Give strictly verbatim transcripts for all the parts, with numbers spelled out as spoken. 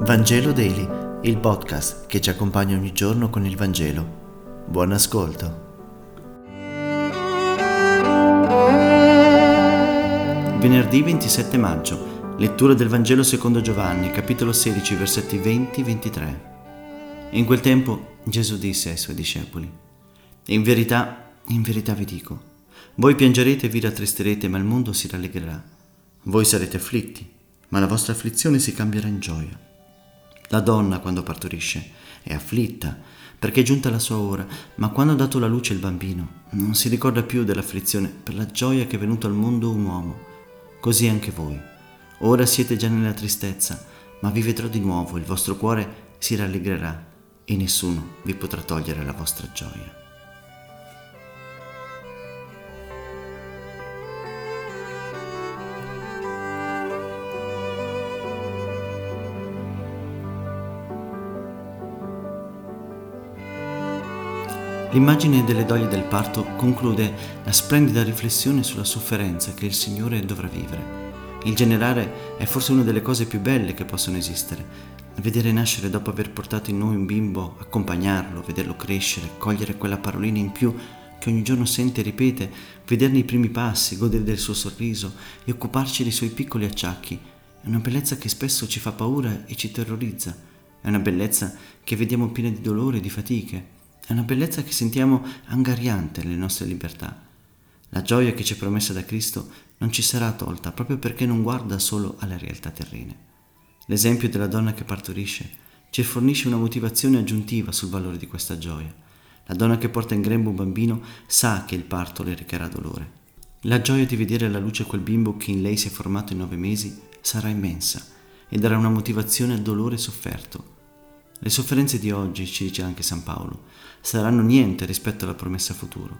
Vangelo Daily, il podcast che ci accompagna ogni giorno con il Vangelo. Buon ascolto. Venerdì ventisette maggio, lettura del Vangelo secondo Giovanni, capitolo sedici, versetti venti ventitré. In quel tempo Gesù disse ai suoi discepoli: In verità, in verità vi dico, voi piangerete e vi rattristerete, ma il mondo si rallegrerà. Voi sarete afflitti, ma la vostra afflizione si cambierà in gioia. La donna, quando partorisce, è afflitta, perché è giunta la sua ora, ma quando ha dato alla luce il bambino, non si ricorda più dell'afflizione per la gioia che è venuto al mondo un uomo. Così anche voi. Ora siete già nella tristezza, ma vi vedrò di nuovo, il vostro cuore si rallegrerà e nessuno vi potrà togliere la vostra gioia. L'immagine delle doglie del parto conclude la splendida riflessione sulla sofferenza che il Signore dovrà vivere. Il generare è forse una delle cose più belle che possono esistere. Vedere nascere dopo aver portato in noi un bimbo, accompagnarlo, vederlo crescere, cogliere quella parolina in più che ogni giorno sente e ripete, vederne i primi passi, godere del suo sorriso e occuparci dei suoi piccoli acciacchi. È una bellezza che spesso ci fa paura e ci terrorizza. È una bellezza che vediamo piena di dolore e di fatiche. È una bellezza che sentiamo angariante nelle nostre libertà. La gioia che ci è promessa da Cristo non ci sarà tolta proprio perché non guarda solo alle realtà terrene. L'esempio della donna che partorisce ci fornisce una motivazione aggiuntiva sul valore di questa gioia. La donna che porta in grembo un bambino sa che il parto le recherà dolore. La gioia di vedere alla luce quel bimbo che in lei si è formato in nove mesi sarà immensa e darà una motivazione al dolore sofferto. Le sofferenze di oggi, ci dice anche San Paolo, saranno niente rispetto alla promessa futuro.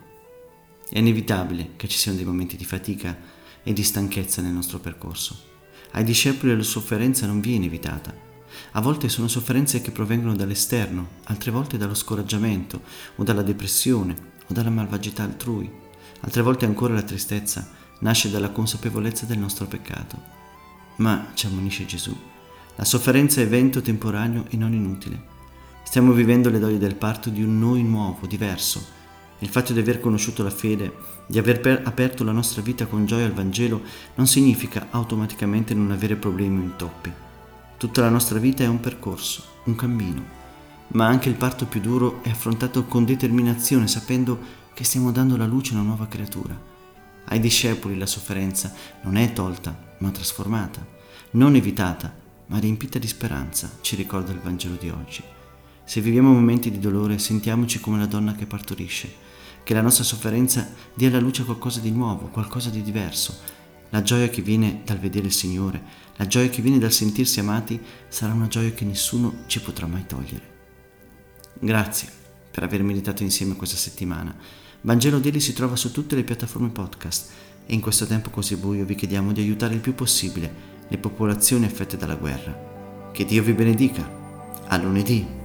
È inevitabile che ci siano dei momenti di fatica e di stanchezza nel nostro percorso. Ai discepoli la sofferenza non viene evitata. A volte sono sofferenze che provengono dall'esterno, altre volte dallo scoraggiamento o dalla depressione o dalla malvagità altrui. Altre volte ancora la tristezza nasce dalla consapevolezza del nostro peccato. Ma, ci ammonisce Gesù, la sofferenza è evento temporaneo e non inutile. Stiamo vivendo le doglie del parto di un noi nuovo, diverso. Il fatto di aver conosciuto la fede, di aver per- aperto la nostra vita con gioia al Vangelo, non significa automaticamente non avere problemi o intoppi. Tutta la nostra vita è un percorso, un cammino, ma anche il parto più duro è affrontato con determinazione, sapendo che stiamo dando alla luce una nuova creatura. Ai discepoli la sofferenza non è tolta, ma trasformata, non evitata, ma riempita di speranza, ci ricorda il Vangelo di oggi. Se viviamo momenti di dolore, sentiamoci come la donna che partorisce, che la nostra sofferenza dia alla luce qualcosa di nuovo, qualcosa di diverso. La gioia che viene dal vedere il Signore, la gioia che viene dal sentirsi amati, sarà una gioia che nessuno ci potrà mai togliere. Grazie per aver meditato insieme questa settimana. Vangelo Daily si trova su tutte le piattaforme podcast e in questo tempo così buio vi chiediamo di aiutare il più possibile le popolazioni affette dalla guerra. Che Dio vi benedica. A lunedì.